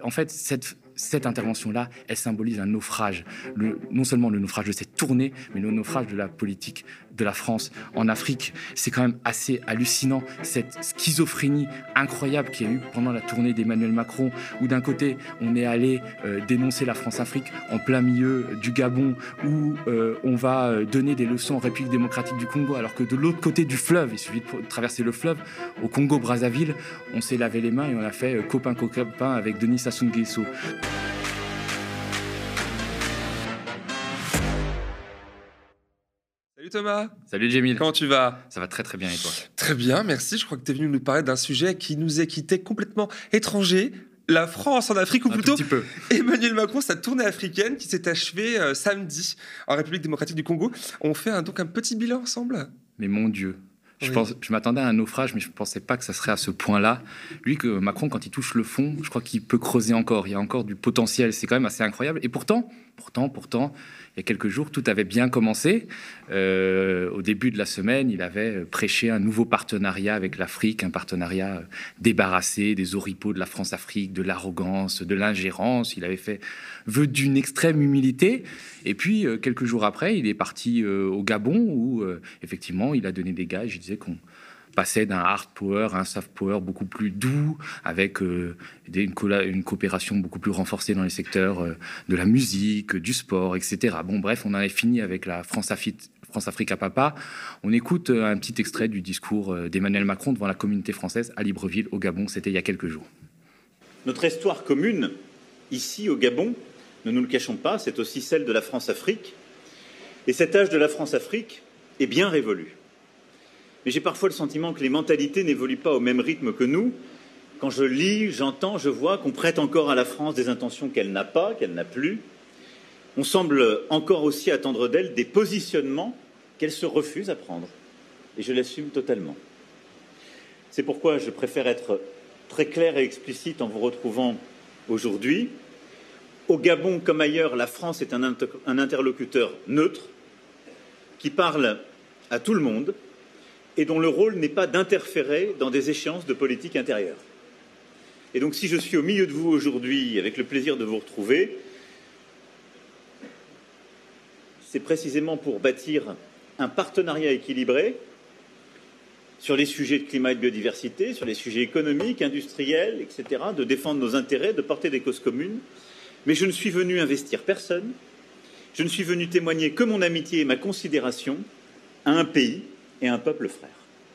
en fait, cette intervention-là, elle symbolise un naufrage. Non seulement le naufrage de cette tournée, mais le naufrage de la politique de la France en Afrique. C'est quand même assez hallucinant, cette schizophrénie incroyable qu'il y a eu pendant la tournée d'Emmanuel Macron, où d'un côté, on est allé dénoncer la France-Afrique en plein milieu du Gabon, où on va donner des leçons en République démocratique du Congo, alors que de l'autre côté du fleuve, il suffit de traverser le fleuve, au Congo-Brazzaville, on s'est lavé les mains et on a fait copain-copain avec Denis Sassou Nguesso. Salut Thomas. Salut Jamil. Comment tu vas? Ça va très très bien et toi? Très bien, merci. Je crois que tu es venu nous parler d'un sujet qui nous est quitté complètement étranger. La France en Afrique, ou plutôt Emmanuel Macron, sa tournée africaine qui s'est achevée samedi en République démocratique du Congo. On fait donc un petit bilan ensemble. Mais mon Dieu, oui. Je m'attendais à un naufrage, mais je ne pensais pas que ça serait à ce point-là. Lui, que Macron, quand il touche le fond, je crois qu'il peut creuser encore. Il y a encore du potentiel. C'est quand même assez incroyable. Et pourtant, il y a quelques jours, tout avait bien commencé. Au début de la semaine, il avait prêché un nouveau partenariat avec l'Afrique, un partenariat débarrassé des oripeaux de la France-Afrique, de l'arrogance, de l'ingérence. Il avait fait vœu d'une extrême humilité. Et puis, quelques jours après, il est parti au Gabon, où effectivement, il a donné des gages. Il disait qu'on passait d'un hard power à un soft power beaucoup plus doux, avec une coopération beaucoup plus renforcée dans les secteurs de la musique, du sport, etc. Bon, bref, on avait fini avec la France-Afrique à papa. On écoute un petit extrait du discours d'Emmanuel Macron devant la communauté française à Libreville, au Gabon. C'était il y a quelques jours. Notre histoire commune, ici au Gabon, ne nous le cachons pas, c'est aussi celle de la France-Afrique. Et cet âge de la France-Afrique est bien révolu. Mais j'ai parfois le sentiment que les mentalités n'évoluent pas au même rythme que nous. Quand je lis, j'entends, je vois qu'on prête encore à la France des intentions qu'elle n'a pas, qu'elle n'a plus. On semble encore aussi attendre d'elle des positionnements qu'elle se refuse à prendre. Et je l'assume totalement. C'est pourquoi je préfère être très clair et explicite en vous retrouvant aujourd'hui. Au Gabon comme ailleurs, la France est un interlocuteur neutre qui parle à tout le monde et dont le rôle n'est pas d'interférer dans des échéances de politique intérieure. Et donc, si je suis au milieu de vous aujourd'hui, avec le plaisir de vous retrouver, c'est précisément pour bâtir un partenariat équilibré sur les sujets de climat et de biodiversité, sur les sujets économiques, industriels, etc., de défendre nos intérêts, de porter des causes communes. Mais je ne suis venu investir personne, je ne suis venu témoigner que mon amitié et ma considération à un pays et un peuple frère.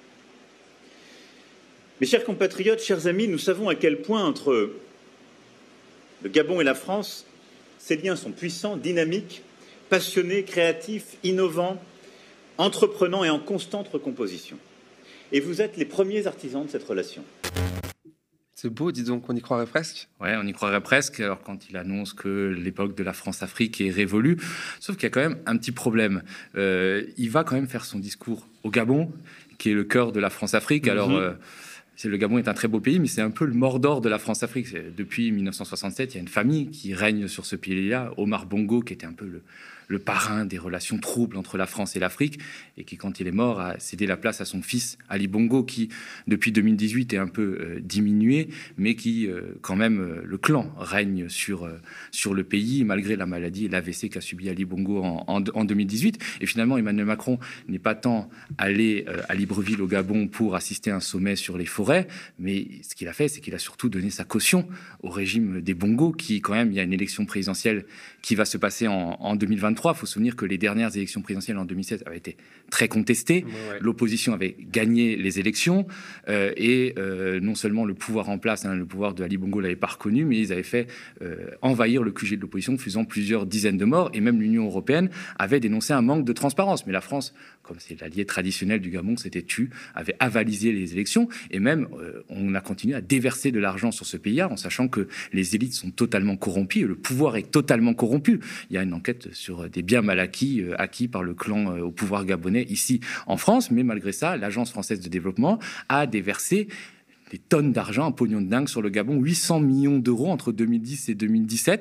Mes chers compatriotes, chers amis, nous savons à quel point entre le Gabon et la France, ces liens sont puissants, dynamiques, passionnés, créatifs, innovants, entreprenants et en constante recomposition. Et vous êtes les premiers artisans de cette relation. C'est beau, dis donc, on y croirait presque. Ouais, on y croirait presque, alors quand il annonce que l'époque de la France-Afrique est révolue. Sauf qu'il y a quand même un petit problème. Il va quand même faire son discours au Gabon, qui est le cœur de la France-Afrique. Alors, le Gabon est un très beau pays, mais c'est un peu le Mordor de la France-Afrique. Depuis 1967, il y a une famille qui règne sur ce pays-là, Omar Bongo, qui était un peu le parrain des relations troubles entre la France et l'Afrique, et qui, quand il est mort, a cédé la place à son fils Ali Bongo, qui, depuis 2018, est un peu diminué, mais qui, quand même, le clan règne sur le pays, malgré la maladie et l'AVC qu'a subi Ali Bongo en 2018. Et finalement, Emmanuel Macron n'est pas tant allé à Libreville, au Gabon, pour assister à un sommet sur les forêts, mais ce qu'il a fait, c'est qu'il a surtout donné sa caution au régime des Bongo, qui, quand même, il y a une élection présidentielle qui va se passer en 2023. Il faut se souvenir que les dernières élections présidentielles en 2016 avaient été très contestées. Ouais. L'opposition avait gagné les élections et non seulement le pouvoir en place, le pouvoir de Ali Bongo l'avait pas reconnu, mais ils avaient fait envahir le QG de l'opposition, faisant plusieurs dizaines de morts. Et même l'Union européenne avait dénoncé un manque de transparence. Mais la France, comme c'est l'allié traditionnel du Gabon, s'était tue, avait avalisé les élections. Et même, on a continué à déverser de l'argent sur ce pays-là, en sachant que les élites sont totalement corrompues, le pouvoir est totalement corrompu. Il y a une enquête sur des biens mal acquis par le clan au pouvoir gabonais ici en France, mais malgré ça, l'Agence française de développement a déversé des tonnes d'argent, un pognon de dingue sur le Gabon, 800 millions d'euros entre 2010 et 2017.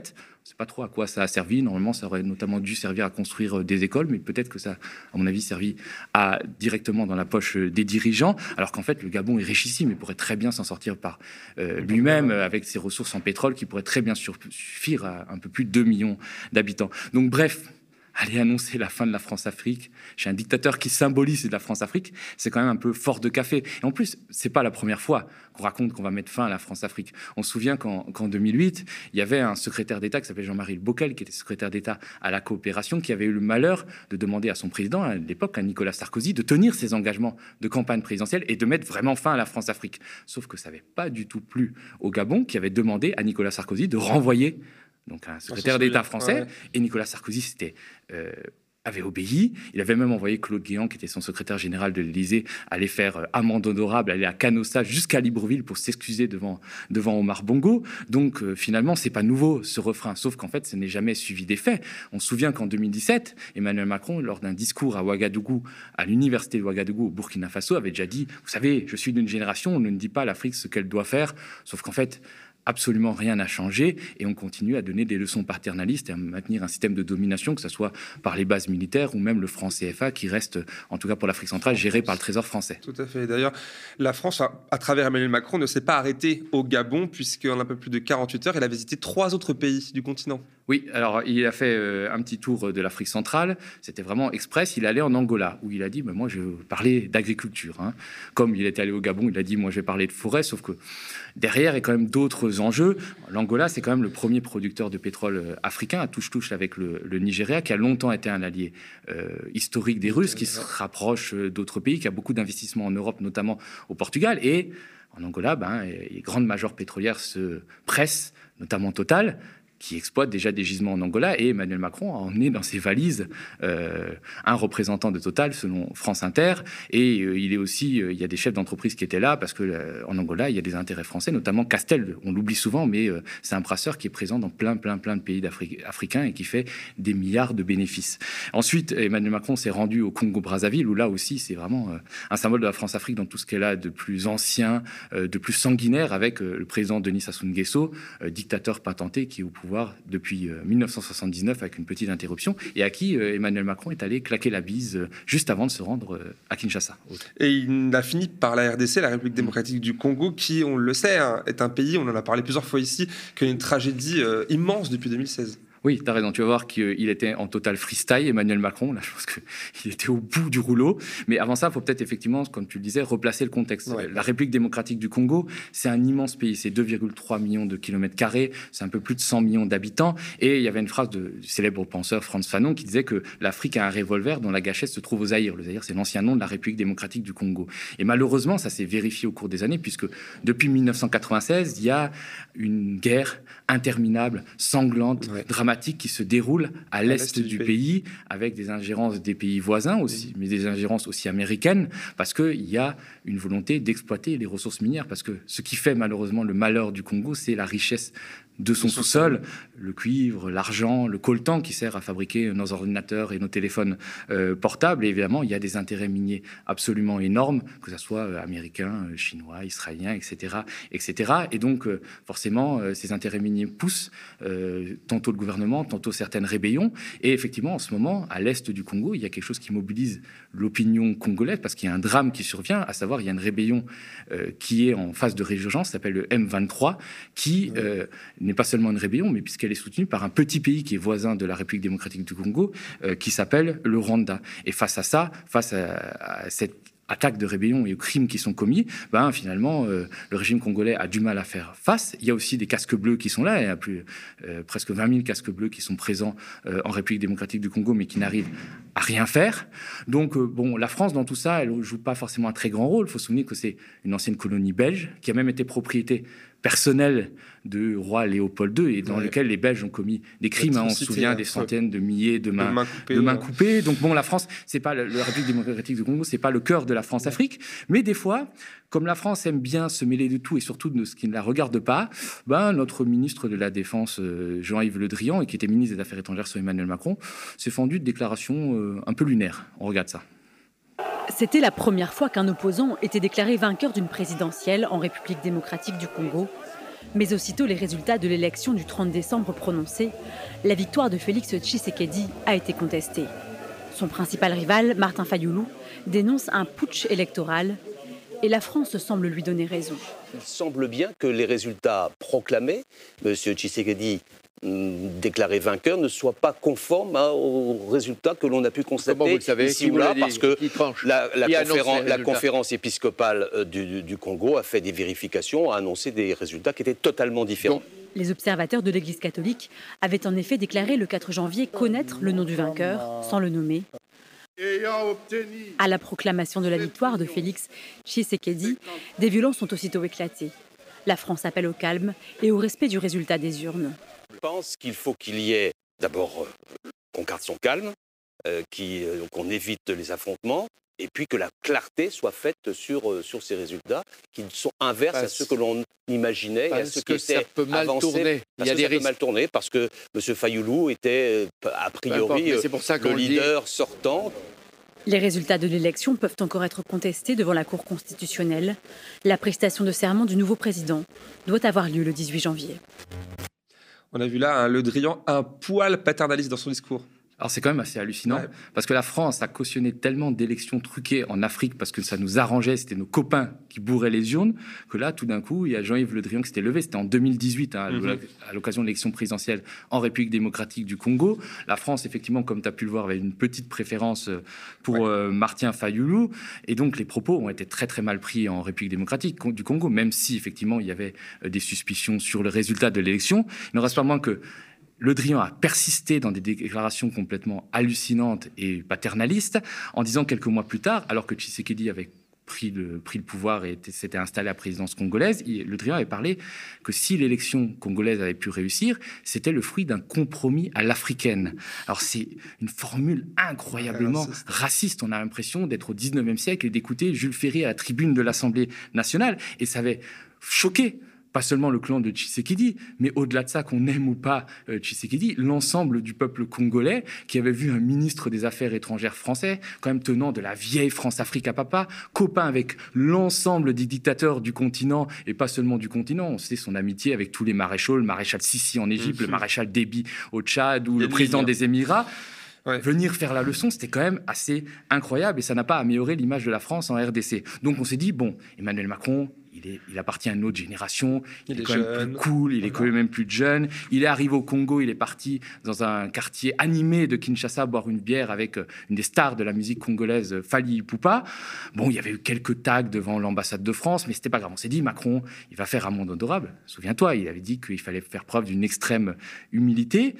ne sait pas trop à quoi ça a servi. Normalement, ça aurait notamment dû servir à construire des écoles, mais peut-être que ça, à mon avis, servi directement dans la poche des dirigeants, alors qu'en fait, le Gabon est richissime et pourrait très bien s'en sortir par lui-même, avec ses ressources en pétrole qui pourraient très bien suffire à un peu plus de 2 millions d'habitants. Donc bref, aller annoncer la fin de la France-Afrique chez un dictateur qui symbolise la France-Afrique, c'est quand même un peu fort de café. Et en plus, c'est pas la première fois qu'on raconte qu'on va mettre fin à la France-Afrique. On se souvient qu'en 2008, il y avait un secrétaire d'État qui s'appelait Jean-Marie Bockel, qui était secrétaire d'État à la coopération, qui avait eu le malheur de demander à son président, à l'époque, à Nicolas Sarkozy, de tenir ses engagements de campagne présidentielle et de mettre vraiment fin à la France-Afrique. Sauf que ça n'avait pas du tout plu au Gabon, qui avait demandé à Nicolas Sarkozy de renvoyer donc un secrétaire d'État français, et Nicolas Sarkozy avait obéi. Il avait même envoyé Claude Guéant, qui était son secrétaire général de l'Élysée, aller faire amende honorable, aller à Canossa jusqu'à Libreville pour s'excuser devant Omar Bongo. Donc finalement, c'est pas nouveau ce refrain, sauf qu'en fait, ce n'est jamais suivi des faits. On se souvient qu'en 2017, Emmanuel Macron, lors d'un discours à Ouagadougou, à l'université de Ouagadougou au Burkina Faso, avait déjà dit « Vous savez, je suis d'une génération, on ne dit pas à l'Afrique ce qu'elle doit faire », sauf qu'en fait, absolument rien n'a changé et on continue à donner des leçons paternalistes et à maintenir un système de domination, que ce soit par les bases militaires ou même le franc CFA qui reste, en tout cas pour l'Afrique centrale, géré par le Trésor français. Tout à fait. D'ailleurs, la France, à travers Emmanuel Macron, ne s'est pas arrêtée au Gabon puisqu'en un peu plus de 48 heures, il a visité 3 autres pays du continent. Oui, alors il a fait un petit tour de l'Afrique centrale, c'était vraiment express, il allait en Angola, où il a dit, moi je vais parler d'agriculture. Hein. Comme il était allé au Gabon, il a dit, moi je vais parler de forêt, sauf que derrière, il y a quand même d'autres enjeux. L'Angola, c'est quand même le premier producteur de pétrole africain, à touche-touche avec le Nigeria, qui a longtemps été un allié historique des Russes, qui se rapproche d'autres pays, qui a beaucoup d'investissements en Europe, notamment au Portugal. Et en Angola, les grandes majors pétrolières se pressent, notamment Total, qui exploite déjà des gisements en Angola, et Emmanuel Macron a emmené dans ses valises un représentant de Total, selon France Inter, et il y a des chefs d'entreprise qui étaient là, parce qu'en Angola, il y a des intérêts français, notamment Castel, on l'oublie souvent, mais c'est un brasseur qui est présent dans plein de pays africains et qui fait des milliards de bénéfices. Ensuite, Emmanuel Macron s'est rendu au Congo-Brazzaville, où là aussi, c'est vraiment un symbole de la France-Afrique dans tout ce qu'elle a de plus ancien, de plus sanguinaire, avec le président Denis Sassou Nguesso, dictateur patenté qui est au pouvoir depuis 1979 avec une petite interruption et à qui Emmanuel Macron est allé claquer la bise juste avant de se rendre à Kinshasa. Et il a fini par la RDC, la République démocratique du Congo, qui, on le sait, est un pays, on en a parlé plusieurs fois ici, qui a une tragédie immense depuis 2016. Oui, tu as raison. Tu vas voir qu'il était en total freestyle, Emmanuel Macron. Là, je pense qu'il était au bout du rouleau. Mais avant ça, il faut peut-être effectivement, comme tu le disais, replacer le contexte. Ouais. La République démocratique du Congo, c'est un immense pays. C'est 2,3 millions de kilomètres carrés. C'est un peu plus de 100 millions d'habitants. Et il y avait une phrase du célèbre penseur Frantz Fanon qui disait que l'Afrique a un revolver dont la gâchette se trouve au Zaïre. Le Zaïre, c'est l'ancien nom de la République démocratique du Congo. Et malheureusement, ça s'est vérifié au cours des années, puisque depuis 1996, il y a une guerre interminable, sanglante, dramatique qui se déroule à l'est du pays, avec des ingérences des pays voisins aussi, mais des ingérences aussi américaines, parce qu'il y a une volonté d'exploiter les ressources minières, parce que ce qui fait malheureusement le malheur du Congo, c'est la richesse de son sous-sol, le cuivre, l'argent, le coltan qui sert à fabriquer nos ordinateurs et nos téléphones portables. Et évidemment, il y a des intérêts miniers absolument énormes, que ce soit américains, chinois, israéliens, etc. etc. Et donc, forcément, ces intérêts miniers poussent tantôt le gouvernement, tantôt certaines rébellions. Et effectivement, en ce moment, à l'est du Congo, il y a quelque chose qui mobilise l'opinion congolaise, parce qu'il y a un drame qui survient, à savoir, il y a une rébellion qui est en phase de résurgence, s'appelle le M23, qui n'est pas seulement une rébellion, mais puisqu'elle est soutenue par un petit pays qui est voisin de la République démocratique du Congo, qui s'appelle le Rwanda. Et face à ça, face à cette attaques de rébellion et aux crimes qui sont commis, finalement, le régime congolais a du mal à faire face. Il y a aussi des casques bleus qui sont là. Il y a presque 20 000 casques bleus qui sont présents en République démocratique du Congo, mais qui n'arrivent à rien faire. Donc, la France, dans tout ça, elle ne joue pas forcément un très grand rôle. Il faut se souvenir que c'est une ancienne colonie belge qui a même été propriété personnelle du roi Léopold II et dans lequel les Belges ont commis des crimes. On se souvient des centaines de milliers de mains coupées. Donc la France, c'est pas la République démocratique du Congo, c'est pas le cœur de la France-Afrique. Mais des fois, comme la France aime bien se mêler de tout et surtout de ce qui ne la regarde pas, notre ministre de la Défense, Jean-Yves Le Drian, et qui était ministre des Affaires étrangères sous Emmanuel Macron, s'est fendu de déclarations un peu lunaires. On regarde ça. C'était la première fois qu'un opposant était déclaré vainqueur d'une présidentielle en République démocratique du Congo. Mais aussitôt les résultats de l'élection du 30 décembre prononcés, la victoire de Félix Tshisekedi a été contestée. Son principal rival, Martin Fayoulou, dénonce un putsch électoral et la France semble lui donner raison. Il semble bien que les résultats proclamés, M. Tshisekedi déclaré vainqueur, ne soient pas conformes aux résultats que l'on a pu constater ici ou là, parce que la conférence épiscopale du Congo a fait des vérifications, a annoncé des résultats qui étaient totalement différents. Les observateurs de l'Église catholique avaient en effet déclaré le 4 janvier connaître le nom du vainqueur, sans le nommer. À la proclamation de la victoire de Félix Tshisekedi, des violences ont aussitôt éclaté. La France appelle au calme et au respect du résultat des urnes. Je pense qu'il faut qu'il y ait d'abord qu'on garde son calme, qu'on évite les affrontements, et puis que la clarté soit faite sur ces résultats qui sont inverses à ce que l'on imaginait et à ce qui était avancé. Parce que ça peut mal tourner, parce que M. Fayoulou était a priori le leader sortant. Les résultats de l'élection peuvent encore être contestés devant la Cour constitutionnelle. La prestation de serment du nouveau président doit avoir lieu le 18 janvier. On a vu là Le Drian un poil paternaliste dans son discours. Alors c'est quand même assez hallucinant, parce que la France a cautionné tellement d'élections truquées en Afrique parce que ça nous arrangeait, c'était nos copains qui bourraient les urnes, que là, tout d'un coup, il y a Jean-Yves Le Drian qui s'était levé, c'était en 2018, à l'occasion de l'élection présidentielle en République démocratique du Congo. La France, effectivement, comme tu as pu le voir, avait une petite préférence pour Martin Fayoulou, et donc les propos ont été très très mal pris en République démocratique du Congo, même si, effectivement, il y avait des suspicions sur le résultat de l'élection. Il ne reste pas moins que Le Drian a persisté dans des déclarations complètement hallucinantes et paternalistes en disant quelques mois plus tard, alors que Tshisekedi avait pris le pouvoir et s'était installé à la présidence congolaise, Le Drian avait parlé que si l'élection congolaise avait pu réussir, c'était le fruit d'un compromis à l'africaine. Alors c'est une formule incroyablement raciste. On a l'impression d'être au 19e siècle et d'écouter Jules Ferry à la tribune de l'Assemblée nationale. Et ça avait choqué pas seulement le clan de Tshisekedi, mais au-delà de ça, qu'on aime ou pas Tshisekedi, l'ensemble du peuple congolais qui avait vu un ministre des Affaires étrangères français, quand même tenant de la vieille France-Afrique à papa, copain avec l'ensemble des dictateurs du continent, et pas seulement du continent. On sait son amitié avec tous les maréchaux, le maréchal Sissi en Égypte, le maréchal Déby au Tchad, ou le président des Émirats. Venir faire la leçon, c'était quand même assez incroyable, et ça n'a pas amélioré l'image de la France en RDC. Donc on s'est dit, bon, Emmanuel Macron, il appartient à une autre génération, il est quand même plus cool, il est quand même plus jeune. Il est arrivé au Congo, il est parti dans un quartier animé de Kinshasa boire une bière avec une des stars de la musique congolaise, Fally Ipupa. Bon, il y avait eu quelques tags devant l'ambassade de France, mais c'était pas grave. On s'est dit, Macron, il va faire amende honorable. Souviens-toi, il avait dit qu'il fallait faire preuve d'une extrême humilité.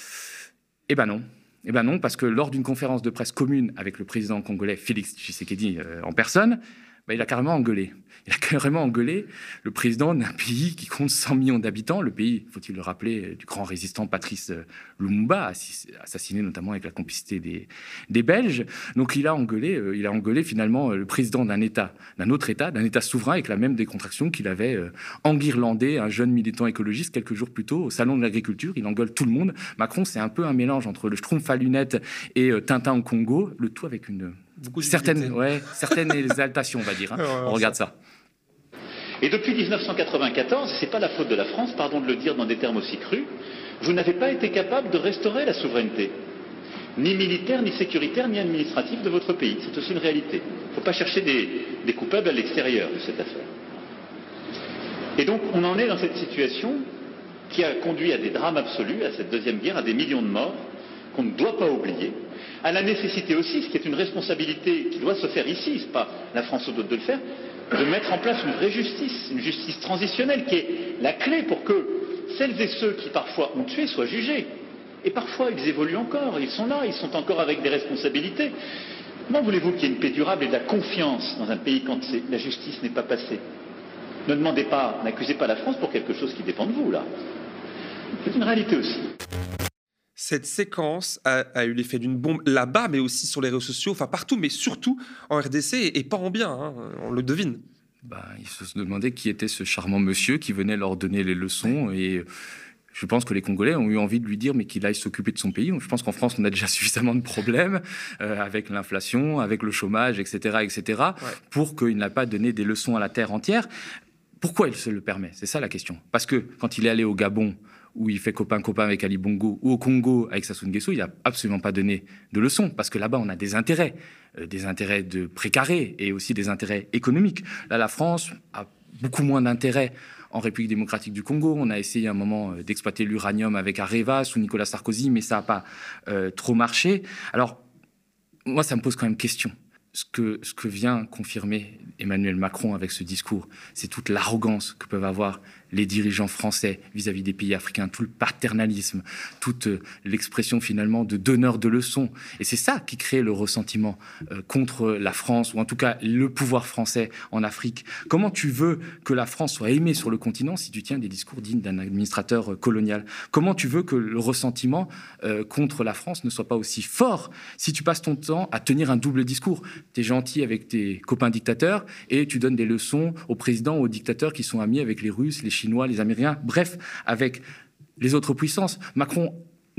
Eh ben non. Eh ben non, parce que lors d'une conférence de presse commune avec le président congolais Félix Tshisekedi en personne, il a carrément engueulé. Il a carrément engueulé le président d'un pays qui compte 100 millions d'habitants, le pays, faut-il le rappeler, du grand résistant Patrice Lumumba, assassiné notamment avec la complicité des Belges. Donc il a engueulé finalement le président d'un État, d'un autre État, d'un État souverain, avec la même décontraction qu'il avait enguirlandé un jeune militant écologiste quelques jours plus tôt au salon de l'agriculture. Il engueule tout le monde. Macron, c'est un peu un mélange entre le Schtroumpf à lunettes et Tintin au Congo, le tout avec une certaines exaltations, on va dire. On regarde ça. Et depuis 1994, c'est pas la faute de la France, pardon de le dire dans des termes aussi crus, vous n'avez pas été capable de restaurer la souveraineté, ni militaire, ni sécuritaire, ni administrative de votre pays. C'est aussi une réalité. Il ne faut pas chercher des coupables à l'extérieur de cette affaire. Et donc, on en est dans cette situation qui a conduit à des drames absolus, à cette deuxième guerre, à des millions de morts, qu'on ne doit pas oublier, à la nécessité aussi, ce qui est une responsabilité qui doit se faire ici, c'est pas la France ou d'autres de le faire, de mettre en place une vraie justice, une justice transitionnelle qui est la clé pour que celles et ceux qui parfois ont tué soient jugés. Et parfois ils évoluent encore, ils sont là, ils sont encore avec des responsabilités. Comment voulez-vous qu'il y ait une paix durable et de la confiance dans un pays quand la justice n'est pas passée? Ne demandez pas, n'accusez pas la France pour quelque chose qui dépend de vous, là. C'est une réalité aussi. Cette séquence a eu l'effet d'une bombe là-bas, mais aussi sur les réseaux sociaux, enfin partout, mais surtout en RDC, et pas en bien, hein, on le devine. Ils se demandaient qui était ce charmant monsieur qui venait leur donner les leçons, et je pense que les Congolais ont eu envie de lui dire mais qu'il aille s'occuper de son pays. Je pense qu'en France, on a déjà suffisamment de problèmes avec l'inflation, avec le chômage, etc., pour qu'il n'a pas donné des leçons à la terre entière. pourquoi il se le permet? C'est ça la question. Parce que quand il est allé au Gabon, où il fait copain-copain avec Ali Bongo, ou au Congo avec Sassou Nguesso, il n'a absolument pas donné de leçons, parce que là-bas, on a des intérêts de précarés et aussi des intérêts économiques. Là, la France a beaucoup moins d'intérêts en République démocratique du Congo. On a essayé à un moment d'exploiter l'uranium avec Areva sous Nicolas Sarkozy, mais ça n'a pas trop marché. Alors, moi, ça me pose quand même question. Ce que vient confirmer Emmanuel Macron avec ce discours, c'est toute l'arrogance que peuvent avoir les dirigeants français vis-à-vis des pays africains, tout le paternalisme, toute l'expression finalement de donneur de leçons. Et c'est ça qui crée le ressentiment contre la France, ou en tout cas le pouvoir français en Afrique. Comment tu veux que la France soit aimée sur le continent si tu tiens des discours dignes d'un administrateur colonial? Comment tu veux que le ressentiment contre la France ne soit pas aussi fort si tu passes ton temps à tenir un double discours? Tu es gentil avec tes copains dictateurs et tu donnes des leçons aux présidents, aux dictateurs qui sont amis avec les Russes, les Chinois, les Américains, bref, avec les autres puissances. Macron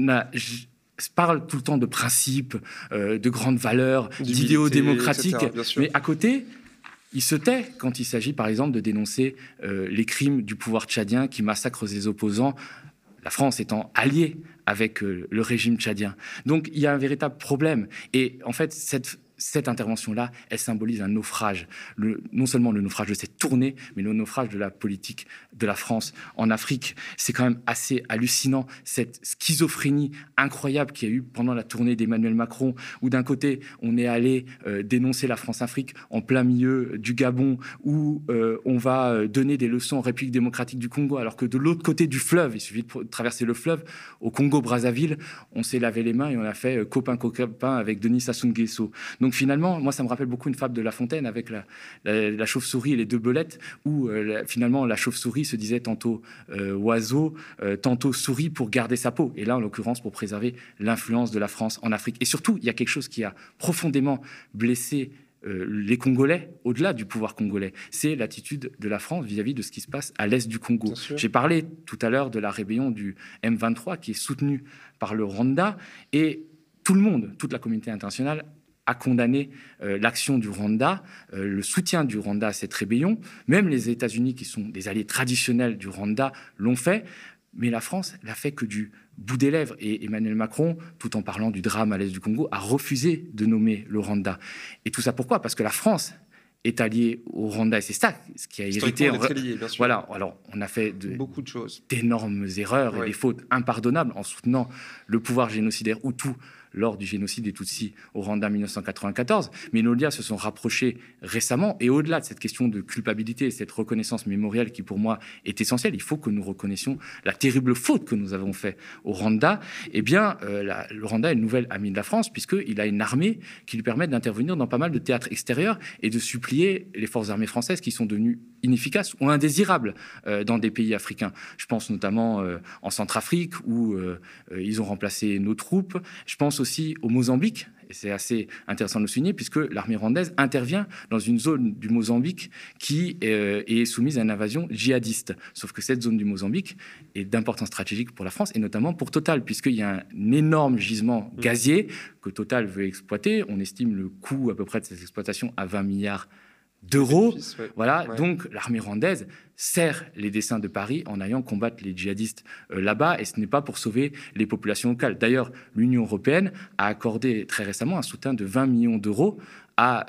parle tout le temps de principes, de grandes valeurs, d'idéaux démocratiques, etc., mais à côté, il se tait quand il s'agit, par exemple, de dénoncer les crimes du pouvoir tchadien qui massacre ses opposants, la France étant alliée avec le régime tchadien. Donc, il y a un véritable problème. Et en fait, cette intervention-là, elle symbolise un naufrage. Non seulement le naufrage de cette tournée, mais le naufrage de la politique de la France en Afrique. C'est quand même assez hallucinant, cette schizophrénie incroyable qu'il y a eu pendant la tournée d'Emmanuel Macron, où d'un côté, on est allé dénoncer la France-Afrique en plein milieu du Gabon, où on va donner des leçons en République démocratique du Congo, alors que de l'autre côté du fleuve, il suffit de traverser le fleuve, au Congo-Brazzaville, on s'est lavé les mains et on a fait copain-copain avec Denis Sassou Nguesso. Donc finalement, moi, ça me rappelle beaucoup une fable de La Fontaine avec la chauve-souris et les deux belettes, où finalement la chauve-souris se disait tantôt oiseau, tantôt souris pour garder sa peau. Et là, en l'occurrence, pour préserver l'influence de la France en Afrique. Et surtout, il y a quelque chose qui a profondément blessé les Congolais, au-delà du pouvoir congolais, c'est l'attitude de la France vis-à-vis de ce qui se passe à l'est du Congo. J'ai parlé tout à l'heure de la rébellion du M23 qui est soutenue par le Rwanda, et tout le monde, toute la communauté internationale a condamné l'action du Rwanda, le soutien du Rwanda à cette rébellion. Même les États-Unis, qui sont des alliés traditionnels du Rwanda, l'ont fait. Mais la France l'a fait que du bout des lèvres. Et Emmanuel Macron, tout en parlant du drame à l'est du Congo, a refusé de nommer le Rwanda. Et tout ça pourquoi? Parce que la France est alliée au Rwanda. Et c'est ça ce qui a irrité. Lié, bien sûr. Voilà. Alors, on a fait beaucoup de choses, d'énormes erreurs et des fautes impardonnables en soutenant le pouvoir génocidaire Hutu lors du génocide des Tutsis au Rwanda en 1994. Mais nos liens se sont rapprochés récemment. Et au-delà de cette question de culpabilité, cette reconnaissance mémorielle qui, pour moi, est essentielle, il faut que nous reconnaissions la terrible faute que nous avons faite au Rwanda. Eh bien, le Rwanda est une nouvelle amie de la France, puisqu'il a une armée qui lui permet d'intervenir dans pas mal de théâtres extérieurs et de supplier les forces armées françaises qui sont devenues inefficaces ou indésirables dans des pays africains. Je pense notamment en Centrafrique, où ils ont remplacé nos troupes. Je pense aussi au Mozambique, et c'est assez intéressant de le souligner, puisque l'armée rwandaise intervient dans une zone du Mozambique qui est soumise à une invasion djihadiste. Sauf que cette zone du Mozambique est d'importance stratégique pour la France, et notamment pour Total, puisqu'il y a un énorme gisement gazier que Total veut exploiter. On estime le coût à peu près de cette exploitation à 20 milliards d'euros. Voilà, donc l'armée rwandaise sert les desseins de Paris en allant combattre les djihadistes là-bas, et ce n'est pas pour sauver les populations locales. D'ailleurs, l'Union européenne a accordé très récemment un soutien de 20 millions d'euros à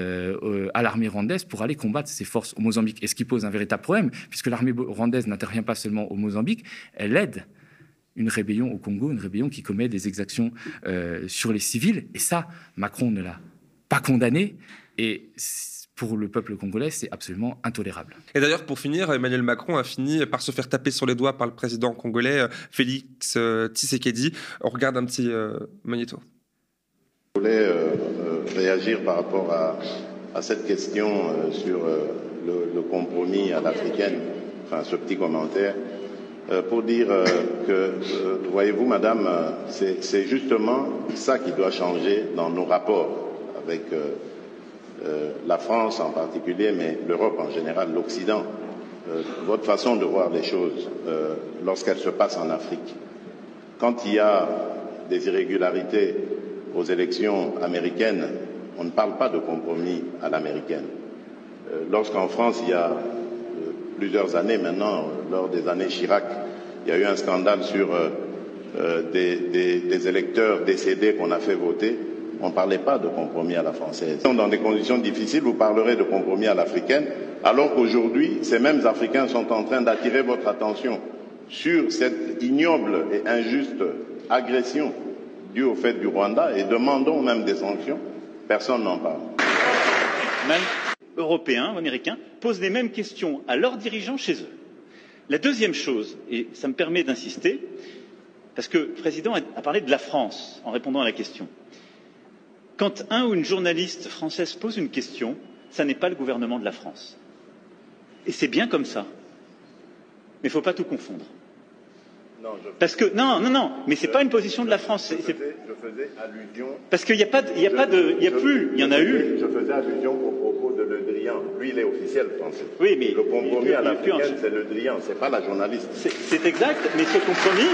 l'armée rwandaise pour aller combattre ses forces au Mozambique. Et ce qui pose un véritable problème, puisque l'armée rwandaise n'intervient pas seulement au Mozambique, elle aide une rébellion au Congo, une rébellion qui commet des exactions sur les civils. Et ça, Macron ne l'a pas condamné. Et pour le peuple congolais, c'est absolument intolérable. Et d'ailleurs, pour finir, Emmanuel Macron a fini par se faire taper sur les doigts par le président congolais, Félix Tshisekedi. On regarde un petit magnéto. Je voulais réagir par rapport à cette question sur le compromis à l'africaine, enfin ce petit commentaire, pour dire que, voyez-vous, madame, c'est justement ça qui doit changer dans nos rapports avec la France en particulier, mais l'Europe en général, l'Occident. Votre façon de voir les choses lorsqu'elles se passent en Afrique. Quand il y a des irrégularités aux élections américaines, on ne parle pas de compromis à l'américaine. Lorsqu'en France, il y a plusieurs années maintenant, lors des années Chirac, il y a eu un scandale sur des électeurs décédés qu'on a fait voter. On ne parlait pas de compromis à la française. Dans des conditions difficiles, vous parlerez de compromis à l'africaine, alors qu'aujourd'hui, ces mêmes Africains sont en train d'attirer votre attention sur cette ignoble et injuste agression due au fait du Rwanda et demandons même des sanctions. Personne n'en parle. Même européens ou américains posent les mêmes questions à leurs dirigeants chez eux. La deuxième chose, et ça me permet d'insister, parce que le président a parlé de la France en répondant à la question. Quand un ou une journaliste française pose une question, ça n'est pas le gouvernement de la France. Et c'est bien comme ça. Mais il ne faut pas tout confondre. Non, parce que non, mais c'est pas une position de la France. Je faisais allusion. Parce qu'il n'y a pas, il y en a eu. Je faisais allusion au propos de Le Drian. Lui, il est officiel français. Oui, mais le compromis à l'africaine, c'est Le Drian, c'est pas la journaliste. C'est exact, mais ce compromis.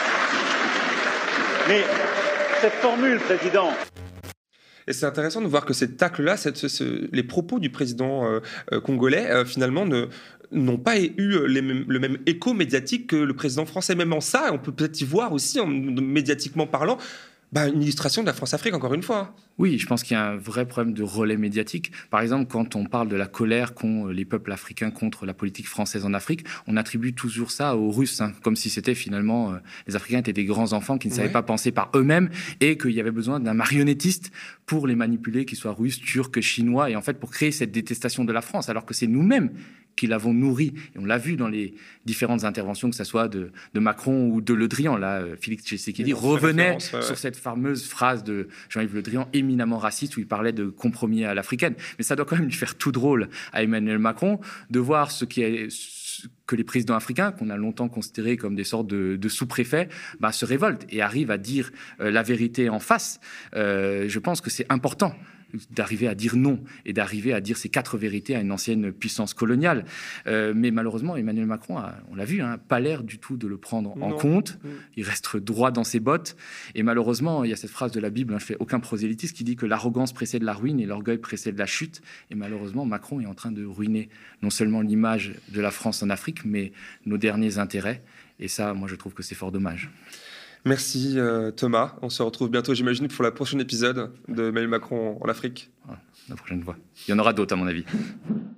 Mais cette formule, président. Et c'est intéressant de voir que ces tacles-là, les propos du président congolais, finalement, n'ont pas eu le même écho médiatique que le président français. Même en ça, on peut peut-être y voir aussi, médiatiquement parlant, une illustration de la France-Afrique, encore une fois. Oui, je pense qu'il y a un vrai problème de relais médiatique. Par exemple, quand on parle de la colère qu'ont les peuples africains contre la politique française en Afrique, on attribue toujours ça aux Russes, comme si c'était finalement... les Africains étaient des grands enfants qui ne savaient pas penser par eux-mêmes et qu'il y avait besoin d'un marionnettiste pour les manipuler, qu'ils soient russes, turcs, chinois, et en fait pour créer cette détestation de la France, alors que c'est nous-mêmes qui l'avons nourri. Et on l'a vu dans les différentes interventions, que ce soit de Macron ou de Le Drian. Là, Félix Tshisekedi revenait sur cette fameuse phrase de Jean-Yves Le Drian, éminemment raciste, où il parlait de compromis à l'africaine. Mais ça doit quand même lui faire tout drôle à Emmanuel Macron de voir que les présidents africains, qu'on a longtemps considérés comme des sortes de sous-préfets, se révoltent et arrivent à dire la vérité en face. Je pense que c'est important d'arriver à dire non et d'arriver à dire ces 4 vérités à une ancienne puissance coloniale. Mais malheureusement, Emmanuel Macron, on l'a vu, n'a pas l'air du tout de le prendre en compte. Il reste droit dans ses bottes. Et malheureusement, il y a cette phrase de la Bible, je ne fais aucun prosélytisme, qui dit que l'arrogance précède la ruine et l'orgueil précède la chute. Et malheureusement, Macron est en train de ruiner non seulement l'image de la France en Afrique, mais nos derniers intérêts. Et ça, moi, je trouve que c'est fort dommage. Merci Thomas. On se retrouve bientôt, j'imagine, pour le prochain épisode de Emmanuel Macron en Afrique. La prochaine fois. Il y en aura d'autres, à mon avis.